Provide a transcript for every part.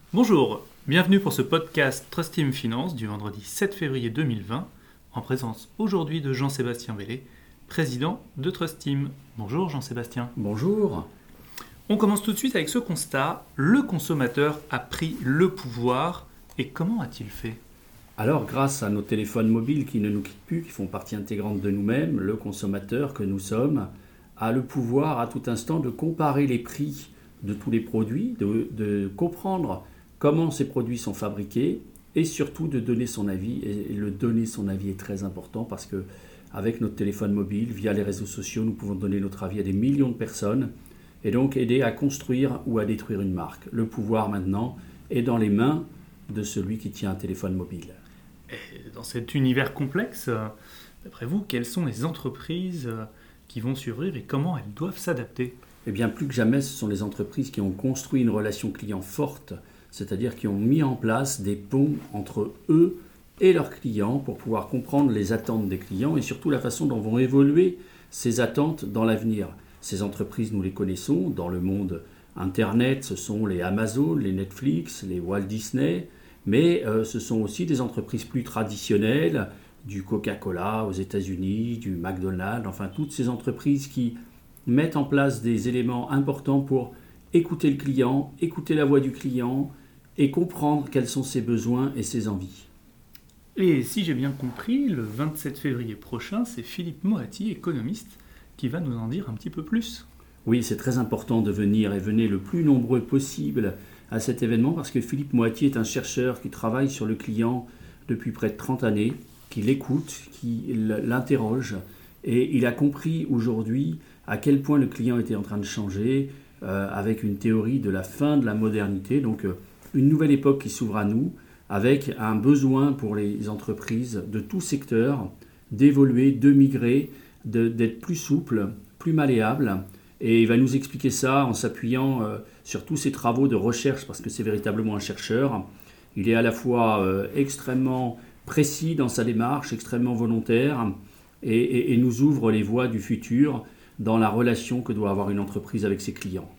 Bonjour, bienvenue pour ce podcast Trust Team Finance du vendredi 7 février 2020, en présence aujourd'hui de Jean-Sébastien Bellé, président de Trust Team. Bonjour Jean-Sébastien. Bonjour. On commence tout de suite avec ce constat, le consommateur a pris le pouvoir, et comment a-t-il fait ? Alors, grâce à nos téléphones mobiles qui ne nous quittent plus, qui font partie intégrante de nous-mêmes, le consommateur que nous sommes a le pouvoir à tout instant de comparer les prix de tous les produits, de comprendre comment ces produits sont fabriqués et surtout de donner son avis. Et le donner son avis est très important parce que avec notre téléphone mobile, via les réseaux sociaux, nous pouvons donner notre avis à des millions de personnes et donc aider à construire ou à détruire une marque. Le pouvoir maintenant est dans les mains de celui qui tient un téléphone mobile. Et dans cet univers complexe, d'après vous, quelles sont les entreprises qui vont survivre et comment elles doivent s'adapter ? Eh bien, plus que jamais, ce sont les entreprises qui ont construit une relation client forte, c'est-à-dire qui ont mis en place des ponts entre eux et leurs clients pour pouvoir comprendre les attentes des clients et surtout la façon dont vont évoluer ces attentes dans l'avenir. Ces entreprises, nous les connaissons dans le monde Internet, ce sont les Amazon, les Netflix, les Walt Disney, mais ce sont aussi des entreprises plus traditionnelles, du Coca-Cola aux États-Unis, du McDonald's, enfin toutes ces entreprises qui mettent en place des éléments importants pour écouter le client, écouter la voix du client et comprendre quels sont ses besoins et ses envies. Et si j'ai bien compris, le 27 février prochain, c'est Philippe Moati, économiste, qui va nous en dire un petit peu plus. Oui, c'est très important de venir et venez le plus nombreux possible à cet événement parce que Philippe Moati est un chercheur qui travaille sur le client depuis près de 30 années, qui l'écoute, qui l'interroge et il a compris aujourd'hui à quel point le client était en train de changer avec une théorie de la fin de la modernité, donc une nouvelle époque qui s'ouvre à nous avec un besoin pour les entreprises de tout secteur d'évoluer, de migrer, d'être plus souple, plus malléable. Et il va nous expliquer ça en s'appuyant sur tous ses travaux de recherche, parce que c'est véritablement un chercheur. Il est à la fois extrêmement précis dans sa démarche, extrêmement volontaire, et nous ouvre les voies du futur dans la relation que doit avoir une entreprise avec ses clients.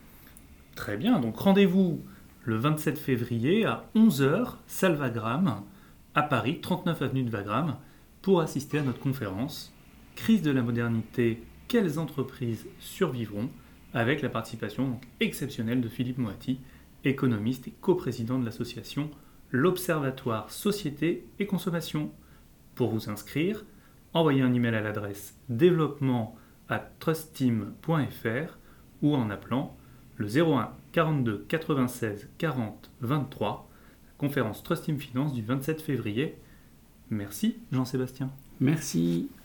Très bien, donc rendez-vous le 27 février à 11h, salle Wagram, à Paris, 39 avenue de Wagram, pour assister à notre conférence « Crise de la modernité, quelles entreprises survivront ?» avec la participation exceptionnelle de Philippe Moati, économiste et coprésident de l'association L'Observatoire Société et Consommation. Pour vous inscrire, envoyez un email à l'adresse développement@trustteam.fr ou en appelant le 01 42 96 40 23, conférence Trust Team Finance du 27 février. Merci Jean-Sébastien. Merci.